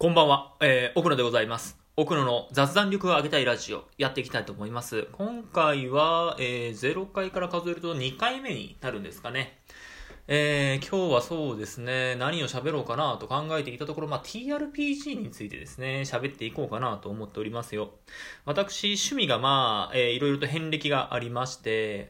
こんばんは、奥野でございます。奥野の雑談力を上げたいラジオやっていきたいと思います。今回は、0回から数えると2回目になるんですかね。今日はそうですね、何を喋ろうかなと考えていたところ、TRPG についてですね、喋っていこうかなと思っておりますよ。私、趣味がいろいろと遍歴がありまして、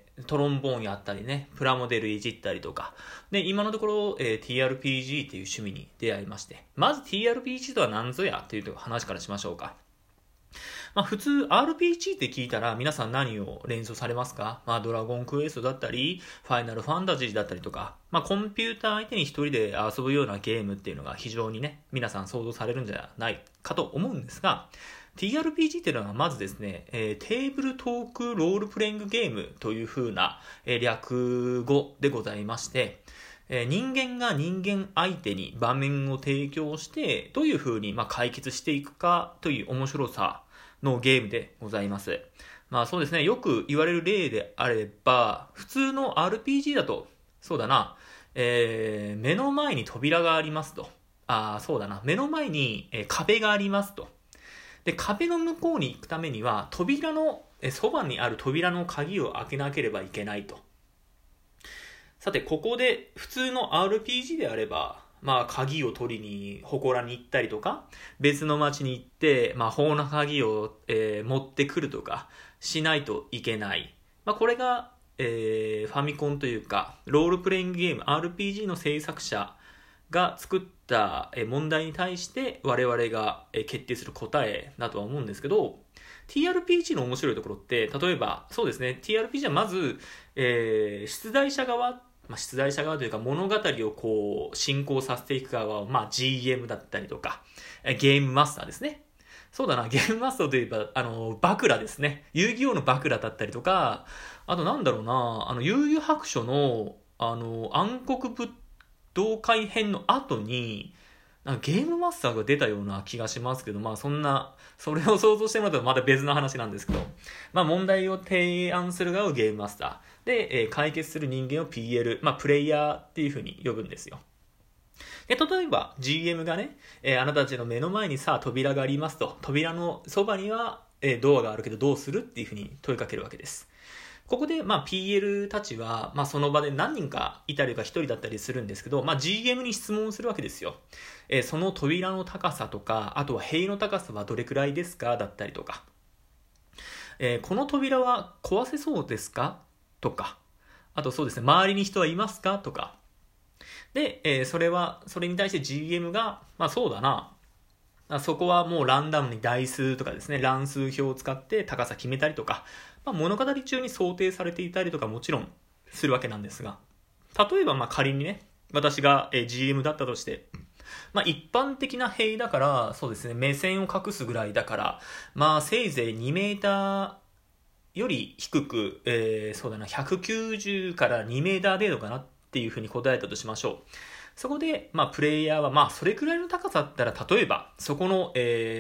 トロンボーンやったりね、プラモデルいじったりとか、で、今のところ、TRPG っていう趣味に出会いまして、まず TRPG とは何ぞやっていう話からしましょうか。普通 RPG って聞いたら皆さん何を連想されますか？ドラゴンクエストだったり、ファイナルファンタジーだったりとか、コンピューター相手に一人で遊ぶようなゲームっていうのが非常にね、皆さん想像されるんじゃないかと思うんですが、TRPG っていうのはまずですね、テーブルトークロールプレイングゲームという風な略語でございまして、人間が人間相手に場面を提供してどういう風に解決していくかという面白さのゲームでございます。そうですね、よく言われる例であれば、普通の RPG だと、そうだな、目の前に扉がありますと。そうだな、目の前に壁がありますと。で、壁の向こうに行くためには、扉の、そばにある扉の鍵を開けなければいけないと。さて、ここで普通の RPG であれば、鍵を取りに、祠に行ったりとか、別の町に行って、魔法の鍵を、持ってくるとか、しないといけない。これが、ファミコンというか、ロールプレイングゲーム、RPG の制作者が作った問題に対して我々が決定する答えだとは思うんですけど、TRPG の面白いところって、例えば、そうですね、TRPG はまず、出題者側、出題者側というか物語をこう進行させていく側は、GM だったりとか、ゲームマスターですね。そうだな、ゲームマスターといえば、バクラですね。遊戯王のバクラだったりとか、あとなんだろうな、遊戯白書の、暗黒武道会編の後に、ゲームマスターが出たような気がしますけど、それを想像してもらうとまた別の話なんですけど、問題を提案する側をゲームマスター。で、解決する人間を PL、プレイヤーっていう風に呼ぶんですよ。で、例えば GM がね、あなたたちの目の前にさあ扉がありますと。扉のそばには、ドアがあるけどどうするっていう風に問いかけるわけです。ここで、PL たちは、その場で何人かいたりとか一人だったりするんですけど、GM に質問するわけですよ。その扉の高さとか、あとは塀の高さはどれくらいですかだったりとか、この扉は壊せそうですかとか、あとそうですね、周りに人はいますかとか。で、それに対して GM が、そうだな、そこはもうランダムに台数とかですね、乱数表を使って高さ決めたりとか、物語中に想定されていたりとかもちろんするわけなんですが、例えば仮にね、私が GM だったとして、一般的な塀だから、そうですね、目線を隠すぐらいだから、せいぜい2メーターより低く、そうだな、190から2メーター程度かなっていうふうに答えたとしましょう。そこで、プレイヤーは、それくらいの高さだったら、例えば、そこの、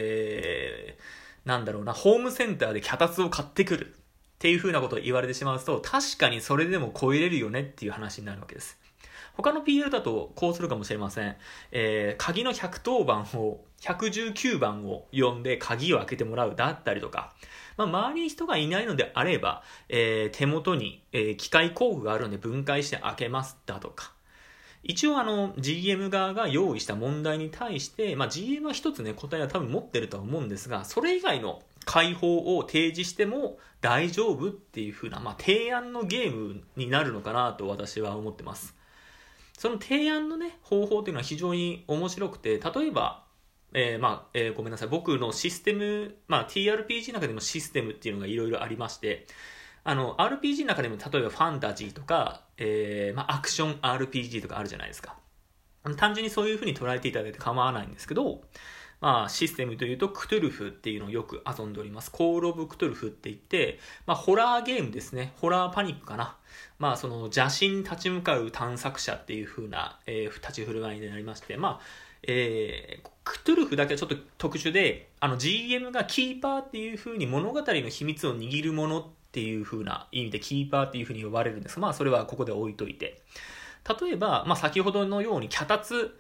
なんだろうな、ホームセンターで脚立を買ってくるっていう風なことを言われてしまうと、確かにそれでも超えれるよねっていう話になるわけです。他の PL だとこうするかもしれません。鍵の110番を、119番を呼んで鍵を開けてもらうだったりとか、周りに人がいないのであれば、手元に、機械工具があるので分解して開けますだとか、一応GM 側が用意した問題に対して、GM は一つね、答えは多分持ってるとは思うんですが、それ以外の解放を提示しても大丈夫っていう風な、提案のゲームになるのかなと私は思ってます。その提案のね、方法っていうのは非常に面白くて、例えば、ごめんなさい、僕のシステム、TRPG の中でもシステムっていうのがいろいろありまして、RPG の中でも例えばファンタジーとか、アクション RPG とかあるじゃないですか。単純にそういう風に捉えていただいて構わないんですけど、システムというとクトゥルフっていうのをよく遊んでおります。コールオブクトゥルフって言って、ホラーゲームですね。ホラーパニックかな。その邪神に立ち向かう探索者っていう風な、立ち振る舞いになりまして、クトゥルフだけはちょっと特殊で、GM がキーパーっていう風に物語の秘密を握るものっていう風な意味でキーパーっていう風に呼ばれるんですが、それはここで置いといて。例えば、先ほどのように脚立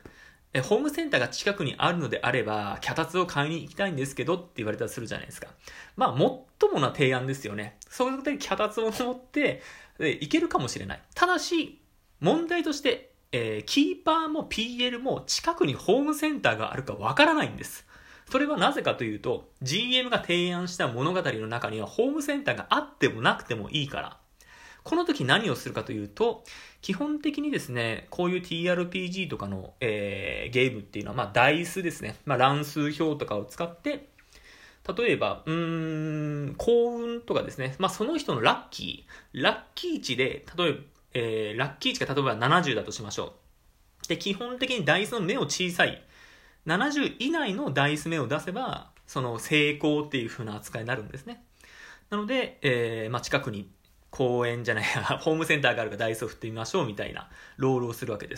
ホームセンターが近くにあるのであれば、脚立を買いに行きたいんですけどって言われたらするじゃないですか。もっともな提案ですよね。そういうことで脚立を持って行けるかもしれない。ただし、問題として、キーパーも PL も近くにホームセンターがあるかわからないんです。それはなぜかというと、GM が提案した物語の中にはホームセンターがあってもなくてもいいから。この時何をするかというと、基本的にですね、こういう TRPG とかの、ゲームっていうのは、ダイスですね。乱数表とかを使って、例えば、幸運とかですね、その人のラッキー値で、例えば、ラッキー値が例えば70だとしましょう。で、基本的にダイスの目を小さい、70以内のダイス目を出せば、その成功っていう風な扱いになるんですね。なので、近くに公園じゃないや、ホームセンターがあるからダイスを振ってみましょうみたいなロールをするわけです。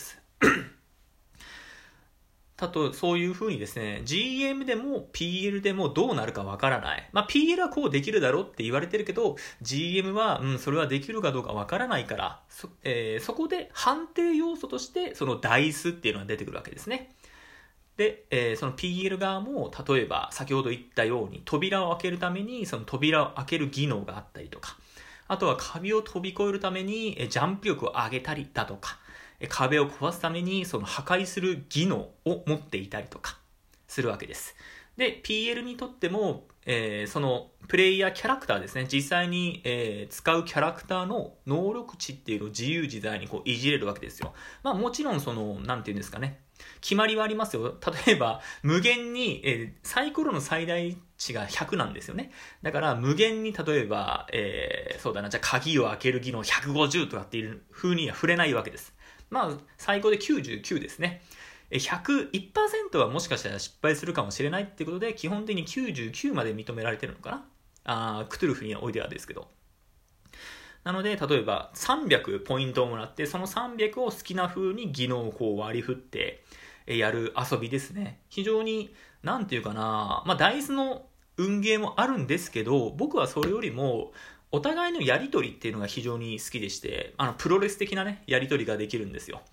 そういう風にですね、GM でも PL でもどうなるかわからない。PL はこうできるだろうって言われてるけど、GM は、それはできるかどうかわからないから、そこで判定要素として、そのダイスっていうのが出てくるわけですね。で、その PL 側も、例えば先ほど言ったように、扉を開けるために、その扉を開ける技能があったりとか、あとは壁を飛び越えるためにジャンプ力を上げたりだとか、壁を壊すためにその破壊する技能を持っていたりとかするわけです。で、PL にとっても、そのプレイヤーキャラクターですね、実際に、使うキャラクターの能力値っていうのを自由自在にいじれるわけですよ。もちろんなんていうんですかね、決まりはありますよ。例えば、無限に、サイコロの最大値が100なんですよね。だから、無限に例えば、そうだな、じゃあ鍵を開ける技能150とかっていう風には触れないわけです。最高で99ですね。100% はもしかしたら失敗するかもしれないっていうことで、基本的に99まで認められてるのかな。クトゥルフにおいてはですけど。なので、例えば300ポイントをもらって、その300を好きな風に技能を割り振ってやる遊びですね。非常に、なんていうかな、ダイスの運ゲーもあるんですけど、僕はそれよりも、お互いのやりとりっていうのが非常に好きでして、プロレス的なね、やりとりができるんですよ。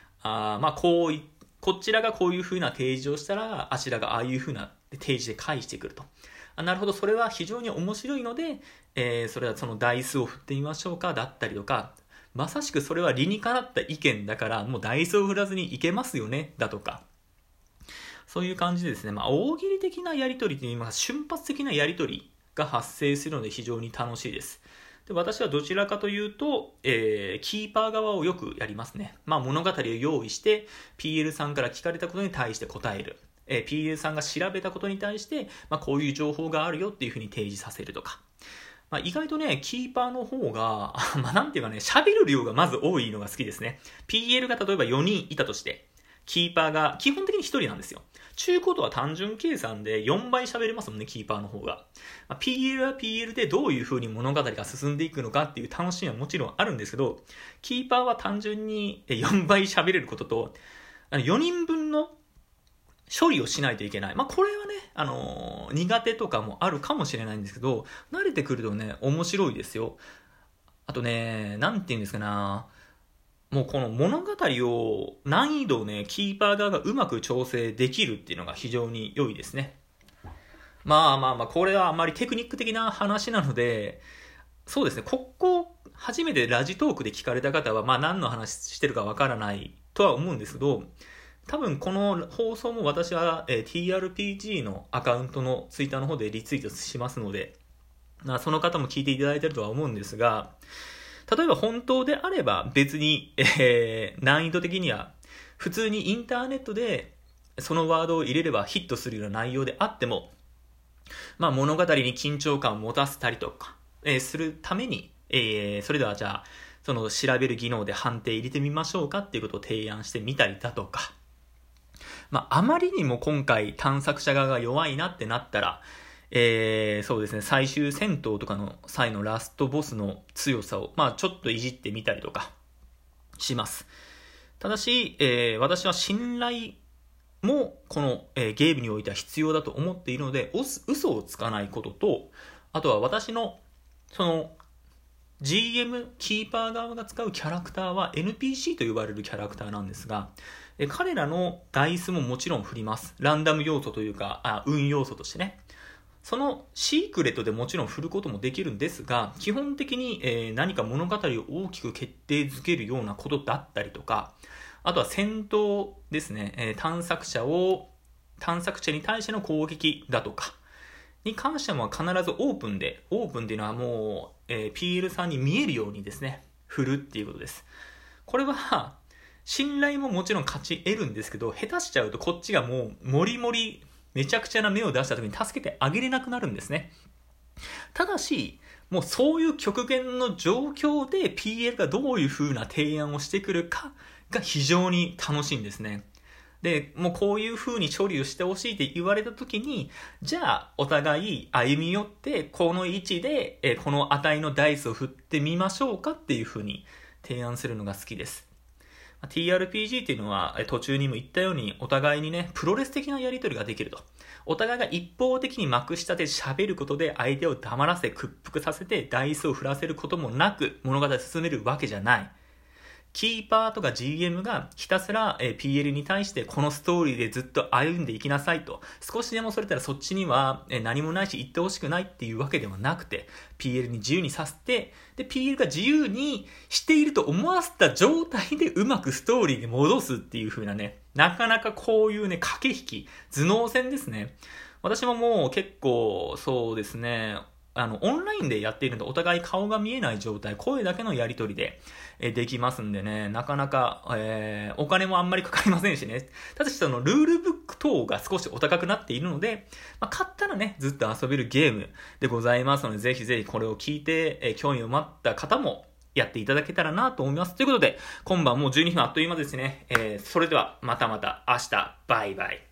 こちらがこういう風な提示をしたら、あちらがああいう風な提示で返してくると。なるほど、それは非常に面白いので、それはそのダイスを振ってみましょうかだったりとか、まさしくそれは理にかなった意見だから、もうダイスを振らずにいけますよね、だとか。そういう感じでですね、大喜利的なやりとりといいますか、瞬発的なやりとりが発生するので非常に楽しいです。で、私はどちらかというと、キーパー側をよくやりますね。物語を用意して、PL さんから聞かれたことに対して答える。PL さんが調べたことに対して、こういう情報があるよっていうふうに提示させるとか。意外とね、キーパーの方が、なんていうかね、喋る量がまず多いのが好きですね。PL が例えば4人いたとして、キーパーが基本的に1人なんですよ。中古とは単純計算で4倍喋れますもんね、キーパーの方が。PL は PL でどういう風に物語が進んでいくのかっていう楽しみはもちろんあるんですけど、キーパーは単純に4倍喋れることと、4人分の処理をしないといけない。これはね、苦手とかもあるかもしれないんですけど、慣れてくるとね、面白いですよ。あとね、なんて言うんですかな、もうこの物語を、難易度をね、キーパー側がうまく調整できるっていうのが非常に良いですね。これはあんまりテクニック的な話なので、そうですね、ここ、初めてラジトークで聞かれた方は、何の話してるかわからないとは思うんですけど、多分この放送も私は、TRPG のアカウントのツイッターの方でリツイートしますので、その方も聞いていただいてるとは思うんですが、例えば本当であれば別に、難易度的には普通にインターネットでそのワードを入れればヒットするような内容であっても、物語に緊張感を持たせたりとか、するために、それではじゃあその調べる技能で判定入れてみましょうかっていうことを提案してみたりだとか、あまりにも今回探索者側が弱いなってなったら、そうですね、最終戦闘とかの際のラストボスの強さを、ちょっといじってみたりとかします。ただし、私は信頼もこの、ゲームにおいては必要だと思っているので、嘘をつかないことと、あとは私のその GM、キーパー側が使うキャラクターは NPC と呼ばれるキャラクターなんですが、彼らのダイスももちろん振ります。ランダム要素というか、運要素としてね。そのシークレットでもちろん振ることもできるんですが、基本的に、何か物語を大きく決定づけるようなことだったりとか、あとは戦闘ですね、探索者に対しての攻撃だとか、に関しても必ずオープンっていうのはもう、PL さんに見えるようにですね、振るっていうことです。これは、信頼ももちろん勝ち得るんですけど、下手しちゃうとこっちがもう、もりもり、めちゃくちゃな目を出した時に助けてあげれなくなるんですね。ただし、もうそういう極限の状況で PL がどういう風な提案をしてくるかが非常に楽しいんですね。で、もうこういう風に処理をしてほしいって言われた時に、じゃあお互い歩み寄ってこの位置でこの値のダイスを振ってみましょうかっていう風に提案するのが好きです。TRPG っていうのは途中にも言ったようにお互いにね、プロレス的なやり取りができると。お互いが一方的にまくし立て喋ることで相手を黙らせ屈服させてダイスを振らせることもなく物語を進めるわけじゃない。キーパーとか GM がひたすら PL に対してこのストーリーでずっと歩んでいきなさいと、少しでもそれたらそっちには何もないし言ってほしくないっていうわけではなくて、 PL に自由にさせて、で PL が自由にしていると思わせた状態でうまくストーリーに戻すっていう風なね、なかなかこういうね、駆け引き、頭脳戦ですね。私ももう結構そうですね、オンラインでやっているのでお互い顔が見えない状態、声だけのやり取りでできますんでね、なかなか、お金もあんまりかかりませんしね。ただしそのルールブック等が少しお高くなっているので、買ったらね、ずっと遊べるゲームでございますので、ぜひぜひこれを聞いて、興味を持った方もやっていただけたらなと思います。ということで、今晩もう12分あっという間ですね。それではまた明日、バイバイ。